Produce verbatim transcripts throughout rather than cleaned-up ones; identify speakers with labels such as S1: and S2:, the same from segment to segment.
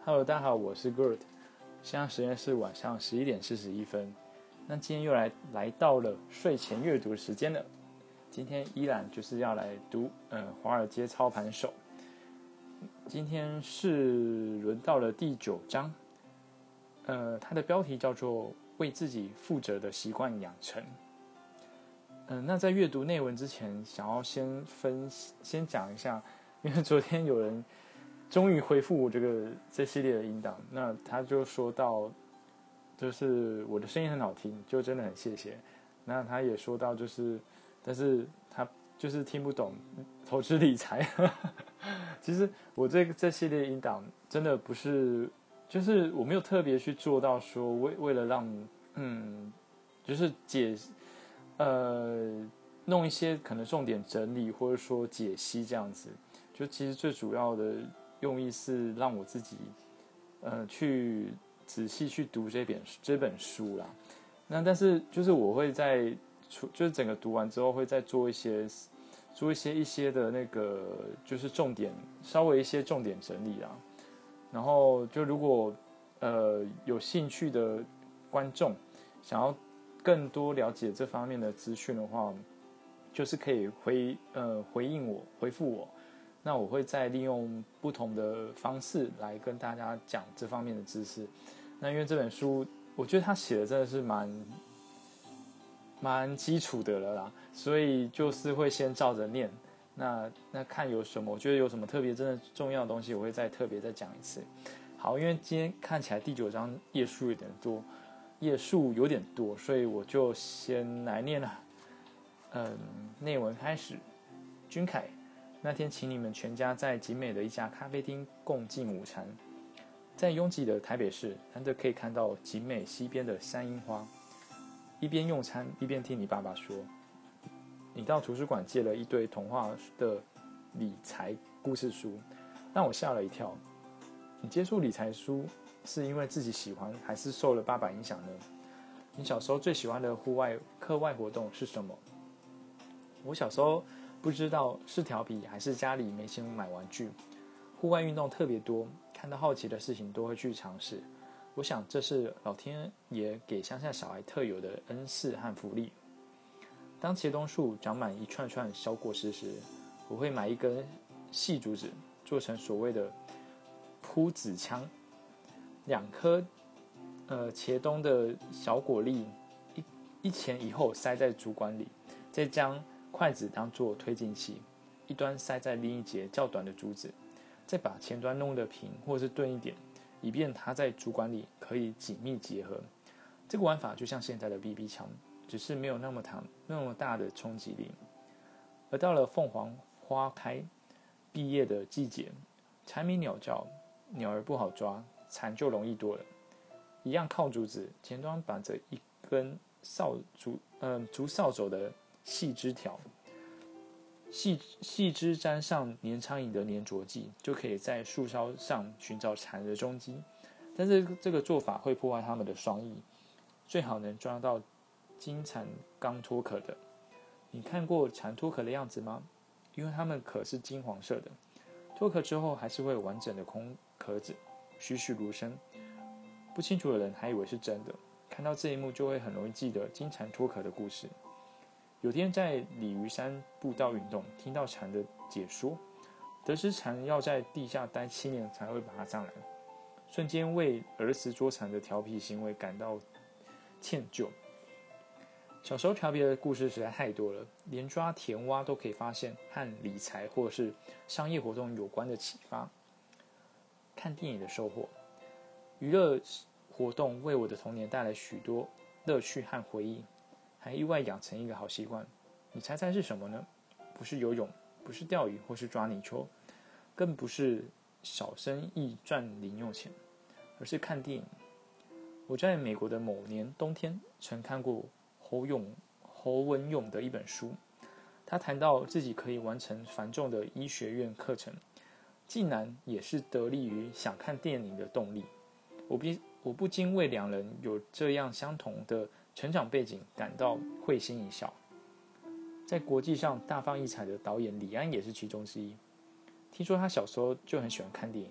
S1: Hello， 大家好，我是 Good。现在时间是晚上十一点四十一分。那今天又来来到了睡前阅读的时间了。今天依然就是要来读呃《华尔街操盘手》。今天是轮到了第九章，呃，它的标题叫做“为自己负责的习惯养成”。嗯、呃，那在阅读内文之前，想要先分先讲一下，因为昨天有人终于回复我这个这系列的音档，那他就说到，就是我的声音很好听，就真的很谢谢。那他也说到，就是但是他就是听不懂投资理财。其实我这个这系列音档真的不是，就是我没有特别去做到说为为了让嗯，就是解呃弄一些可能重点整理或者说解析这样子，就其实最主要的用意是让我自己呃去仔细去读这本这本书啦。那但是就是我会在就是整个读完之后会再做一些做一些一些的那个就是重点稍微一些重点整理啦。然后就如果呃有兴趣的观众想要更多了解这方面的资讯的话，就是可以回呃回应我回复我。那我会再利用不同的方式来跟大家讲这方面的知识。那因为这本书，我觉得他写的真的是蛮蛮基础的了啦，所以就是会先照着念。那那看有什么，我觉得有什么特别真的重要的东西，我会再特别再讲一次。好，因为今天看起来第九章页数有点多，页数有点多，所以我就先来念了。嗯，内文开始，君凯。那天请你们全家在景美的一家咖啡厅共进午餐，在拥挤的台北市，难得可以看到景美西边的山樱花。一边用餐一边听你爸爸说，你到图书馆借了一堆童话的理财故事书，让我吓了一跳。你接触理财书是因为自己喜欢，还是受了爸爸影响呢？你小时候最喜欢的户外课外活动是什么？我小时候不知道是调皮还是家里没钱买玩具，户外运动特别多，看到好奇的事情都会去尝试。我想这是老天爷给乡下小孩特有的恩赐和福利。当茄冬树长满一串串小果实时，我会买一根细竹子，做成所谓的铺子枪。两颗呃茄冬的小果粒一一前一后塞在竹管里，再将筷子当作推进器，一端塞在另一节较短的竹子，再把前端弄得平或是钝一点，以便它在竹管里可以紧密结合。这个玩法就像现在的 B B 枪，只是没有那么长那么大的冲击力。而到了凤凰花开毕业的季节，蝉鸣鸟叫，鸟儿不好抓，蝉就容易多了。一样靠竹子，前端绑着一根扫竹呃竹扫帚的细枝条，细细枝沾上粘苍蝇的粘着剂，就可以在树梢上寻找蝉的踪迹。但是这个做法会破坏它们的双翼，最好能抓到金蝉刚脱壳的。你看过蝉脱壳的样子吗？因为它们壳是金黄色的，脱壳之后还是会有完整的空壳子，栩栩如生。不清楚的人还以为是真的，看到这一幕就会很容易记得金蝉脱壳的故事。有天在鲤鱼山步道运动，听到蝉的解说，得知蝉要在地下待七年才会爬上来，瞬间为儿时捉蝉的调皮行为感到歉疚。小时候调皮的故事实在太多了，连抓甜蛙都可以发现和理财或是商业活动有关的启发。看电影的收获，娱乐活动为我的童年带来许多乐趣和回忆，还意外养成一个好习惯。你猜猜是什么呢？不是游泳，不是钓鱼或是抓泥鳅，更不是小生意赚零用钱，而是看电影。我在美国的某年冬天曾看过侯永侯文勇的一本书，他谈到自己可以完成繁重的医学院课程，竟然也是得力于想看电影的动力。我不我不禁为两人有这样相同的成长背景感到会心一笑。在国际上大放异彩的导演李安也是其中之一。听说他小时候就很喜欢看电影，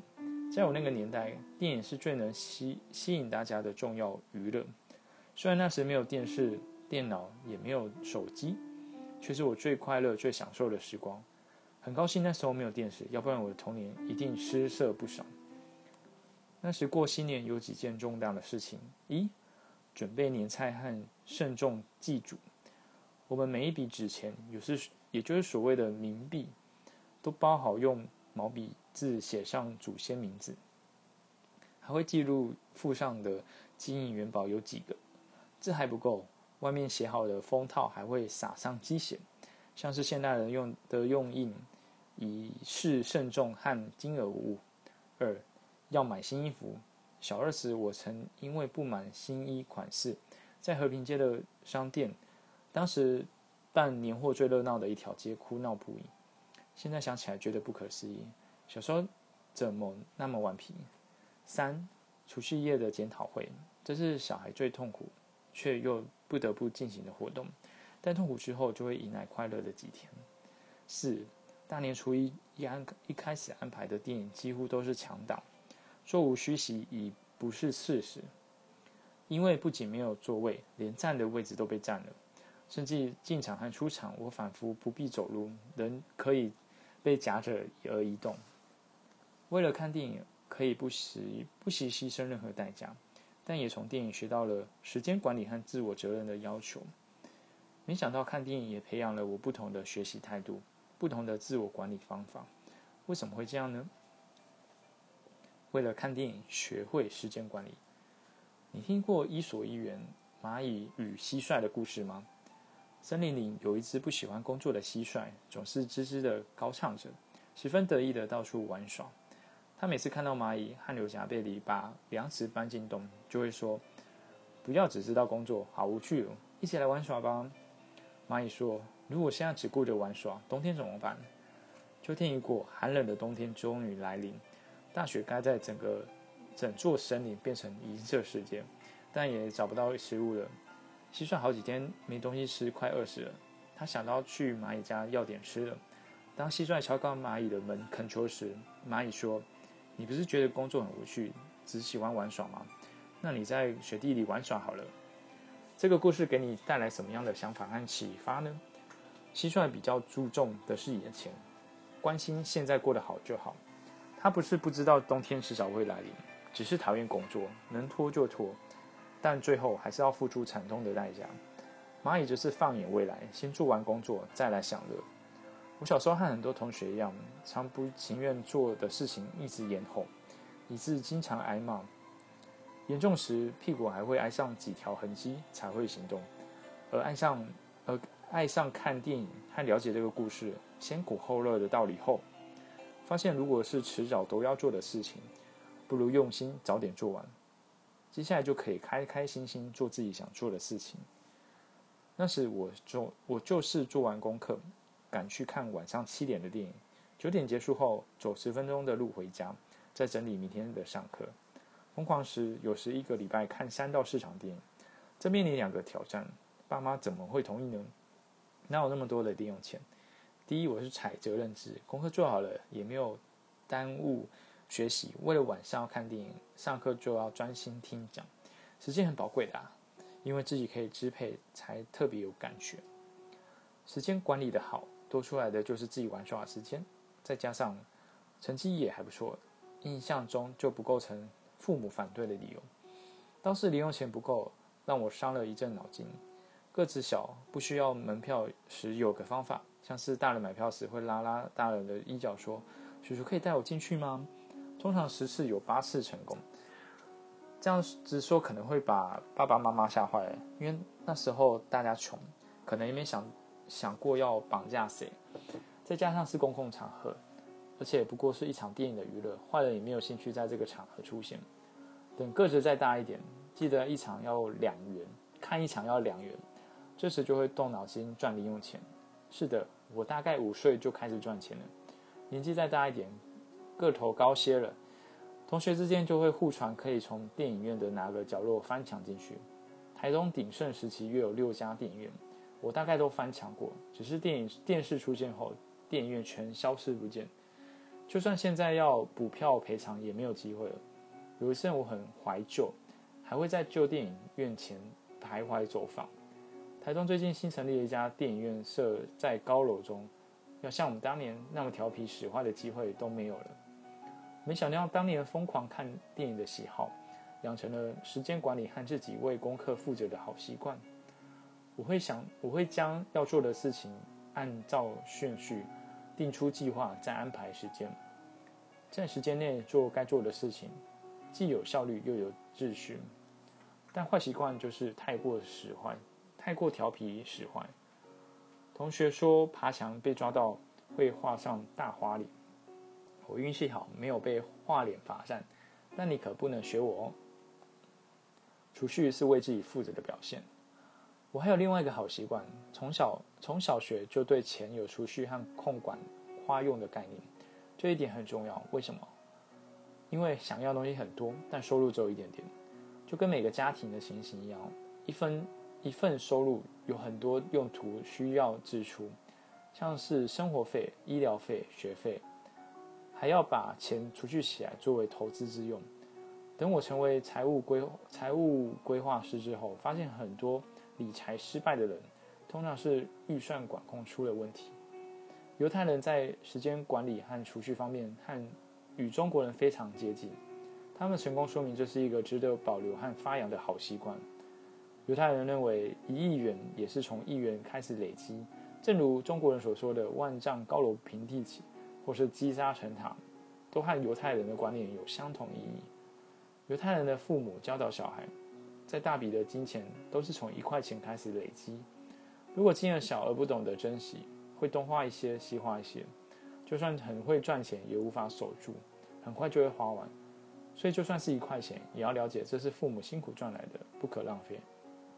S1: 在我那个年代，电影是最能吸吸引大家的重要娱乐。虽然那时没有电视、电脑，也没有手机，却是我最快乐、最享受的时光。很高兴那时候没有电视，要不然我的童年一定失色不少。那时过新年有几件重大的事情：一、准备年菜和慎重祭祖。我们每一笔纸钱，也是也就是所谓的冥币，都包好用毛笔字写上祖先名字，还会记录附上的金银元宝有几个。这还不够，外面写好的封套还会撒上鸡血，像是现代人用的用印，以示慎重和金额无误。二、要买新衣服。小二时，我曾因为不满新衣款式，在和平街的商店，当时办年货最热闹的一条街哭闹不已。现在想起来觉得不可思议，小时候怎么那么顽皮？三、除夕夜的检讨会，这是小孩最痛苦却又不得不进行的活动，但痛苦之后就会迎来快乐的几天。四、大年初一一安一开始安排的电影几乎都是强档，座无虚席已不是事实，因为不仅没有座位，连站的位置都被占了，甚至进场和出场我仿佛不必走路，人可以被夹着而移动。为了看电影，可以不惜不惜牺牲任何代价，但也从电影学到了时间管理和自我责任的要求。没想到看电影也培养了我不同的学习态度，不同的自我管理方法。为什么会这样呢？为了看电影学会时间管理。你听过伊索寓言蚂蚁与蟋蟀的故事吗？森林里有一只不喜欢工作的蟋蟀，总是吱吱的高唱着，十分得意的到处玩耍。他每次看到蚂蚁汗流浃背里把粮食搬进洞，就会说：“不要只知道工作，好无趣哦，一起来玩耍吧。”蚂蚁说：“如果现在只顾着玩耍，冬天怎么办？”秋天一过，寒冷的冬天终于来临，大雪盖在整个整座森林，变成银色世界，但也找不到食物了。蟋蟀好几天没东西吃，快饿死了。他想到去蚂蚁家要点吃的。当蟋蟀敲告蚂蚁的门恳求时，蚂蚁说：“你不是觉得工作很无趣，只喜欢玩耍吗？那你在雪地里玩耍好了。”这个故事给你带来什么样的想法和启发呢？蟋蟀比较注重的是眼前，关心现在过得好就好。他不是不知道冬天迟早会来临，只是讨厌工作，能拖就拖，但最后还是要付出惨痛的代价。蚂蚁则是放眼未来，先做完工作再来享乐。我小时候和很多同学一样，常不情愿做的事情一直延后，以致经常挨骂。严重时屁股还会挨上几条痕迹才会行动。而爱上而爱上看电影和了解这个故事先苦后乐的道理后，发现如果是迟早都要做的事情，不如用心早点做完，接下来就可以开开心心做自己想做的事情。那时我就我就是做完功课，赶去看晚上七点的电影，九点结束后走十分钟的路回家，再整理明天的上课。疯狂时，有时一个礼拜看三到四场电影，这面临两个挑战：爸妈怎么会同意呢？哪有那么多的零用钱？第一，我是采责任制，功课做好了也没有耽误学习，为了晚上要看电影，上课就要专心听讲，时间很宝贵的啊，因为自己可以支配，才特别有感觉。时间管理的好，多出来的就是自己玩耍的时间，再加上成绩也还不错，印象中就不构成父母反对的理由。倒是零用钱不够，让我伤了一阵脑筋。个子小，不需要门票时有个方法，像是大人买票时会拉拉大人的衣角说：“叔叔可以带我进去吗？”通常十次有八次成功。这样子说可能会把爸爸妈妈吓坏了，因为那时候大家穷，可能也没想想过要绑架谁。再加上是公共场合，而且不过是一场电影的娱乐，坏人也没有兴趣在这个场合出现。等个子再大一点，记得一场要两元，看一场要两元，这时就会动脑筋赚零用钱。是的，我大概五岁就开始赚钱了。年纪再大一点，个头高些了，同学之间就会互传可以从电影院的哪个角落翻墙进去。台中鼎盛时期约有六家电影院，我大概都翻墙过，只是电影电视出现后，电影院全消失不见。 就算现在要补票赔偿也没有机会了。有一次我很怀旧，还会在旧电影院前徘徊走访。台东最近新成立了一家电影院，设在高楼中，要像我们当年那么调皮使坏的机会都没有了。没想到当年疯狂看电影的喜好，养成了时间管理和自己为功课负责的好习惯。我会想，我会将要做的事情按照顺序定出计划，再安排时间，在时间内做该做的事情，既有效率又有秩序。但坏习惯就是太过使坏，太过调皮使坏。同学说爬墙被抓到会画上大花脸，我运气好，没有被画脸罚站，但你可不能学我哦。储蓄是为自己负责的表现。我还有另外一个好习惯，从小从小学就对钱有储蓄和控管花用的概念，这一点很重要。为什么？因为想要的东西很多，但收入只有一点点，就跟每个家庭的情形一样，一分一份收入有很多用途需要支出，像是生活费、医疗费、学费，还要把钱储蓄起来作为投资之用。等我成为财务规财务规划师之后，发现很多理财失败的人，通常是预算管控出了问题。犹太人在时间管理和储蓄方面和与中国人非常接近，他们成功说明这是一个值得保留和发扬的好习惯。犹太人认为一亿元也是从一元开始累积，正如中国人所说的万丈高楼平地起，或是积沙成塔，都和犹太人的观念有相同意义。犹太人的父母教导小孩，在大笔的金钱都是从一块钱开始累积，如果金额小而不懂得珍惜，会东花一些西花一些，就算很会赚钱也无法守住，很快就会花完。所以就算是一块钱，也要了解这是父母辛苦赚来的，不可浪费。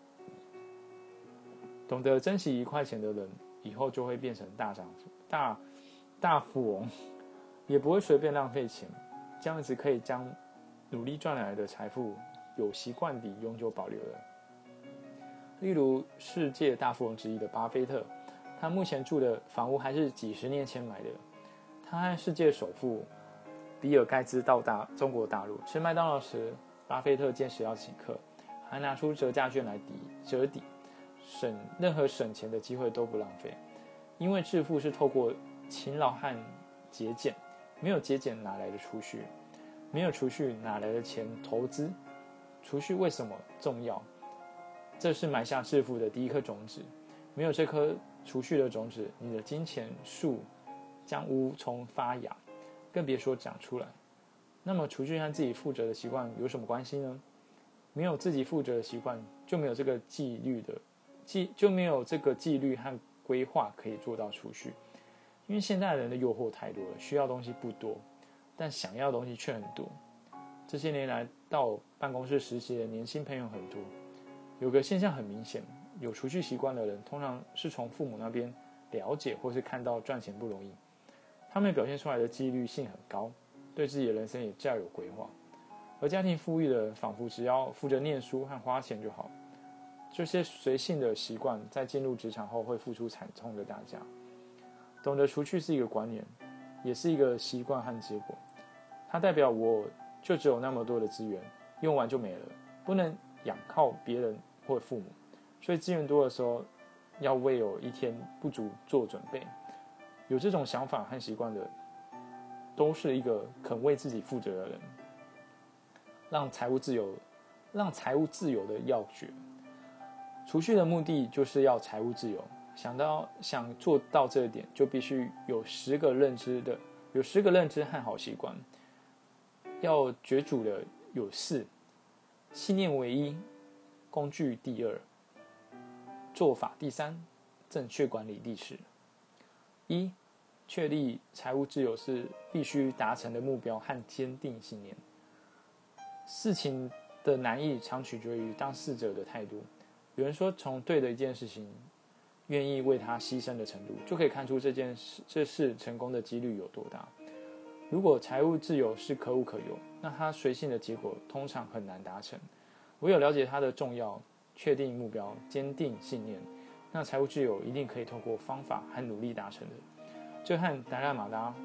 S1: 懂得珍惜一块钱的人，以后就会变成大丈夫、大大富翁，也不会随便浪费钱。这样子可以将努力赚来的财富有习惯地永久保留了。例如世界大富翁之一的巴菲特，他目前住的房屋还是几十年前买的。他和世界首富比尔盖茨到达中国大陆吃麦当劳时，巴菲特坚持要请客，还拿出折价券来抵折抵，省任何省钱的机会都不浪费。因为致富是透过勤劳和节俭，没有节俭哪来的储蓄？没有储蓄哪来的钱投资？储蓄为什么重要？这是埋下致富的第一颗种子。没有这颗储蓄的种子，你的金钱树将无从发芽，更别说长出来。那么储蓄和自己负责的习惯有什么关系呢？没有自己负责的习惯，就没有这个纪律的纪就没有这个纪律和规划可以做到储蓄。因为现代人的诱惑太多了，需要东西不多，但想要的东西却很多。这些年来到办公室实习的年轻朋友很多，有个现象很明显，有储蓄习惯的人通常是从父母那边了解或是看到赚钱不容易，他们表现出来的纪律性很高，对自己的人生也较有规划。而家庭富裕的人仿佛只要负责念书和花钱就好，这些随性的习惯在进入职场后会付出惨痛的代价。懂得储蓄是一个观念，也是一个习惯和结果。它代表我就只有那么多的资源，用完就没了，不能仰靠别人或父母，所以资源多的时候要为有一天不足做准备。有这种想法和习惯的，都是一个肯为自己负责的人。让财务自由，让财务自由的要诀。储蓄的目的就是要财务自由。想到想做到这一点，就必须有十个认知的，有十个认知和好习惯。要决主的有四：信念为一，工具第二，做法第三，正确管理第四。一、确立财务自由是必须达成的目标和坚定信念。事情的难易常取决于当事者的态度。有人说，从对的一件事情愿意为他牺牲的程度，就可以看出这件事这事成功的几率有多大。如果财务自由是可无可有，那他随性的结果通常很难达成。唯有了解它的重要，确定目标，坚定信念，那财务自由一定可以透过方法和努力达成的。这和达赖马达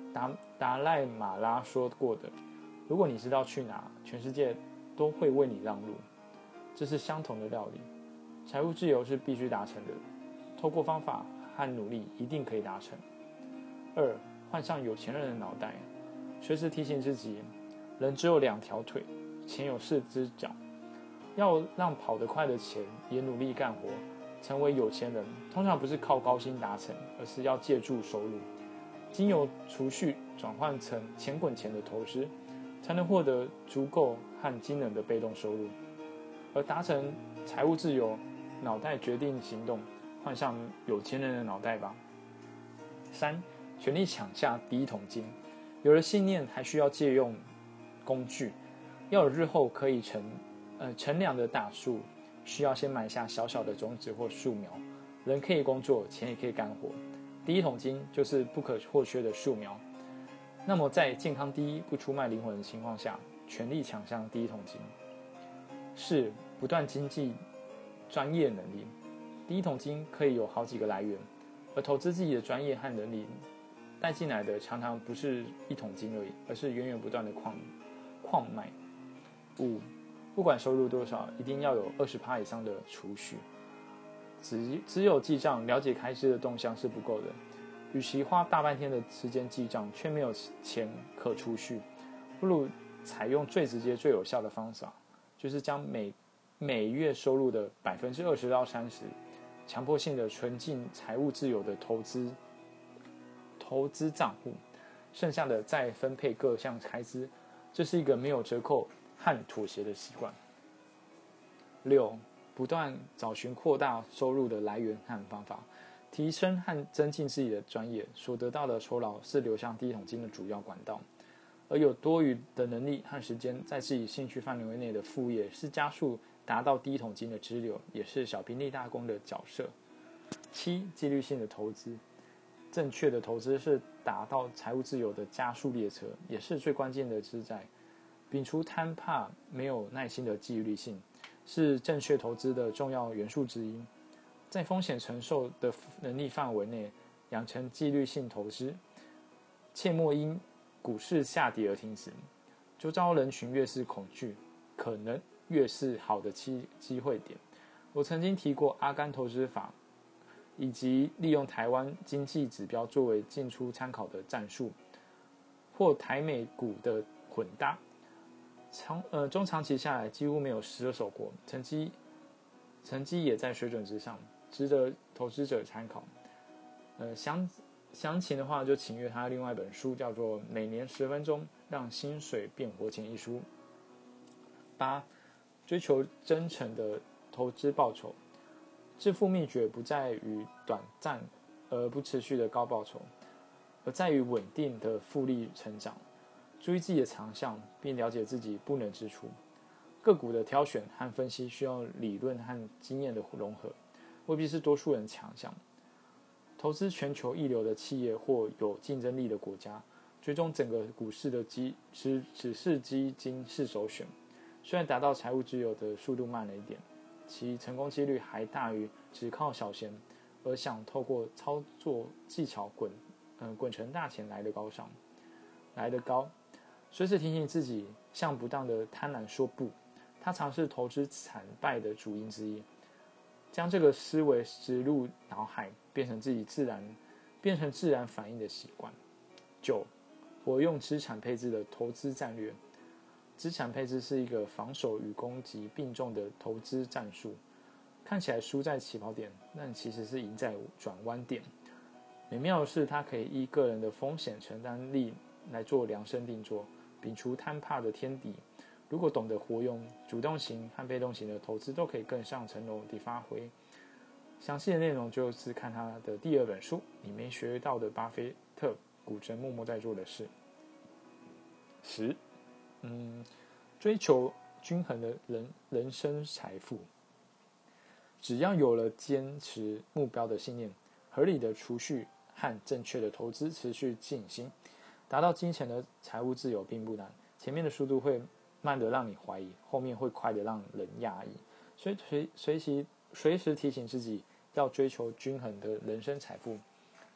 S1: 达达赖马拉说过的，如果你知道去哪，全世界都会为你让路。这是相同的道理。财务自由是必须达成的，透过方法和努力一定可以达成。二，换上有钱人的脑袋，随时提醒自己，人只有两条腿，钱有四只脚。要让跑得快的钱也努力干活，成为有钱人，通常不是靠高薪达成，而是要借助收入，经由储蓄转换成钱滚钱的投资，才能获得足够和惊人的被动收入。而达成财务自由，脑袋决定行动，换上有钱人的脑袋吧。三，全力抢下第一桶金。有了信念，还需要借用工具。要有日后可以成呃乘凉的大树，需要先埋下小小的种子或树苗。人可以工作，钱也可以干活。第一桶金就是不可或缺的树苗。那么在健康第一、不出卖灵魂的情况下，全力抢向第一桶金。四，不断精进专业能力。第一桶金可以有好几个来源，而投资自己的专业和能力带进来的常常不是一桶金而已，而是源源不断的矿矿脉。五，不管收入多少，一定要有 百分之二十 以上的储蓄。只只有记账了解开支的动向是不够的，与其花大半天的时间记账却没有钱可储蓄，不如采用最直接最有效的方法，就是将每每月收入的 百分之二十 到 百分之三十 强迫性的存进财务自由的投资投资账户，剩下的再分配各项开支。这是一个没有折扣和妥协的习惯。六，不断找寻扩大收入的来源和方法，提升和增进自己的专业，所得到的酬劳是流向第一桶金的主要管道。而有多余的能力和时间，在自己兴趣范围内的副业，是加速达到第一桶金的支流，也是小兵立大功的角色。七，纪律性的投资。正确的投资是达到财务自由的加速列车，也是最关键的之在。摒除贪怕、没有耐心的纪律性，是正确投资的重要元素之一。在风险承受的能力范围内，养成纪律性投资，切莫因股市下跌而停止。周遭人群越是恐惧，可能越是好的机机会点。我曾经提过阿甘投资法，以及利用台湾经济指标作为进出参考的战术，或台美股的混搭。长呃中长期下来几乎没有失手过，成绩成绩也在水准之上，值得投资者参考。呃详详情的话就请阅他另外一本书，叫做《每年十分钟让薪水变活钱》一书。八，追求真诚的投资报酬。致富秘诀不在于短暂而不持续的高报酬，而在于稳定的复利成长。注意自己的长项，并了解自己不能之处。个股的挑选和分析需要理论和经验的融合，未必是多数人强项。投资全球一流的企业或有竞争力的国家，追踪整个股市的基只只是基金是首选。虽然达到财务自由的速度慢了一点，其成功几率还大于只靠小钱而想透过操作技巧滚嗯滚成大钱来的高尚来得高。随时提醒自己向不当的贪婪说不，它常是投资惨败的主因之一。将这个思维植入脑海，变成自己自然变成自然反应的习惯。九，活用资产配置的投资战略。资产配置是一个防守与攻击并重的投资战术，看起来输在起跑点，但其实是赢在转弯点。美妙的是，它可以依个人的风险承担力来做量身定做，摒除贪怕的天敌。如果懂得活用，主动型和被动型的投资都可以更上层楼地发挥。详细的内容就是看他的第二本书，你没学到的巴菲特股神默默在做的事。十，嗯，追求均衡的人人生财富。只要有了坚持目标的信念，合理的储蓄和正确的投资持续进行，达到金钱的财务自由并不难。前面的速度会慢得让你怀疑，后面会快得让人讶异。所以随随时随时提醒自己要追求均衡的人生财富，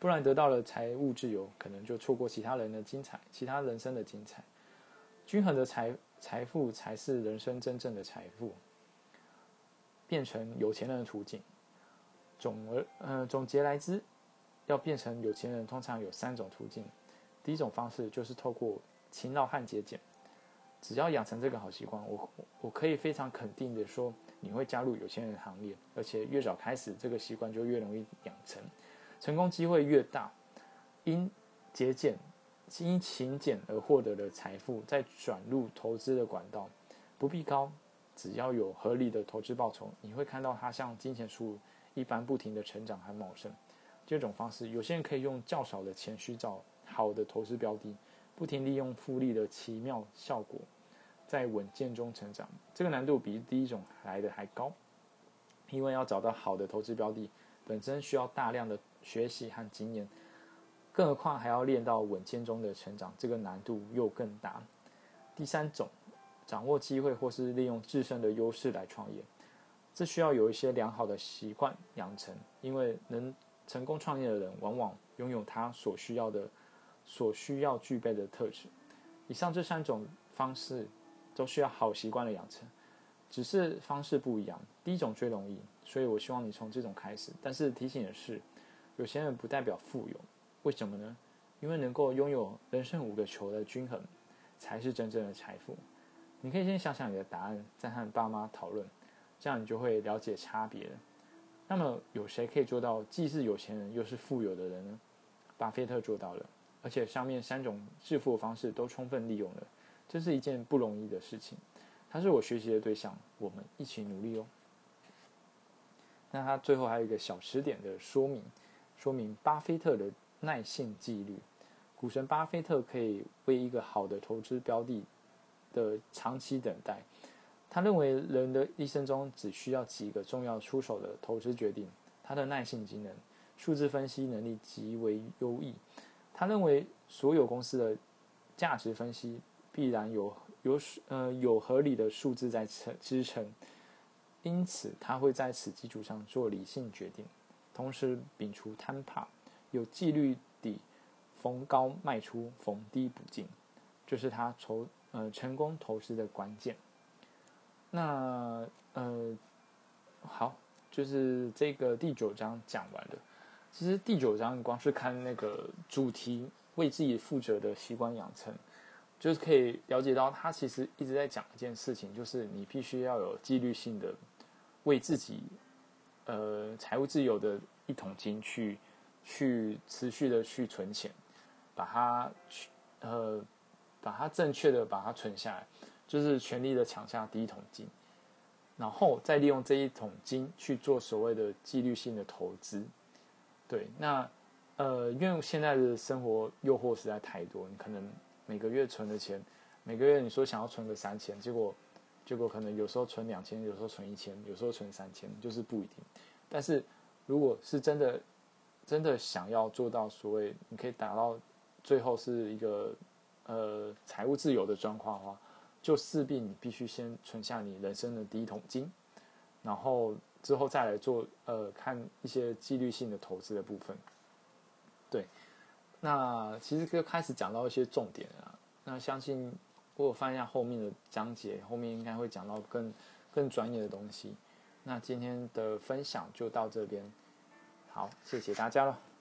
S1: 不然得到了财务自由，可能就错过其他人的精彩，其他人生的精彩。均衡的财财富才是人生真正的财富，变成有钱人的途径。总而呃总结来之，要变成有钱人，通常有三种途径。第一种方式就是透过勤劳和节俭。只要养成这个好习惯，我我可以非常肯定的说，你会加入有钱人的行列，而且越早开始，这个习惯就越容易养成，成功机会越大。因节俭、因勤俭而获得的财富，再转入投资的管道，不必高，只要有合理的投资报酬，你会看到它像金钱树一般不停的成长和茂盛。这种方式，有些人可以用较少的钱去找好的投资标的，不停利用复利的奇妙效果，在稳健中成长。这个难度比第一种来的还高，因为要找到好的投资标的，本身需要大量的学习和经验，更何况还要练到稳健中的成长，这个难度又更大。第三种，掌握机会或是利用自身的优势来创业，这需要有一些良好的习惯养成，因为能成功创业的人，往往拥有他所需要的、所需要具备的特质。以上这三种方式都需要好习惯的养成，只是方式不一样。第一种最容易，所以我希望你从这种开始。但是提醒的是，有钱人不代表富有，为什么呢？因为能够拥有人生五个球的均衡，才是真正的财富。你可以先想想你的答案，再和爸妈讨论，这样你就会了解差别了。那么有谁可以做到既是有钱人又是富有的人呢？巴菲特做到了，而且上面三种致富的方式都充分利用了，这是一件不容易的事情。他是我学习的对象，我们一起努力哦。那他最后还有一个小词典的说明，说明巴菲特的耐性纪律。股神巴菲特可以为一个好的投资标的的长期等待。他认为人的一生中只需要几个重要出手的投资决定。他的耐性惊人，数字分析能力极为优异。他认为所有公司的价值分析必然有有呃有合理的数字在支撑，因此他会在此基础上做理性决定，同时摒除贪怕，有纪律地逢高卖出，逢低补进，这是他投呃成功投资的关键。那呃，好，就是这个第九章讲完了。其实第九章光是看那个主题，为自己负责的习惯养成，就是可以了解到他其实一直在讲一件事情，就是你必须要有纪律性的为自己呃财务自由的一桶金去去持续的去存钱，把它去呃把它正确的把它存下来。就是全力的抢下第一桶金，然后再利用这一桶金去做所谓的纪律性的投资。对，那呃，因为现在的生活诱惑实在太多，你可能每个月存的钱，每个月你说想要存个三千，结果结果可能有时候存两千，有时候存一千，有时候存三千，就是不一定。但是如果是真的真的想要做到所谓你可以达到最后是一个呃财务自由的状况的话，就势必你必须先存下你人生的第一桶金，然后之后再来做呃看一些纪律性的投资的部分。对，那其实就开始讲到一些重点啊。那相信我有翻一下后面的章节，后面应该会讲到更更专业的东西。那今天的分享就到这边，好，谢谢大家了。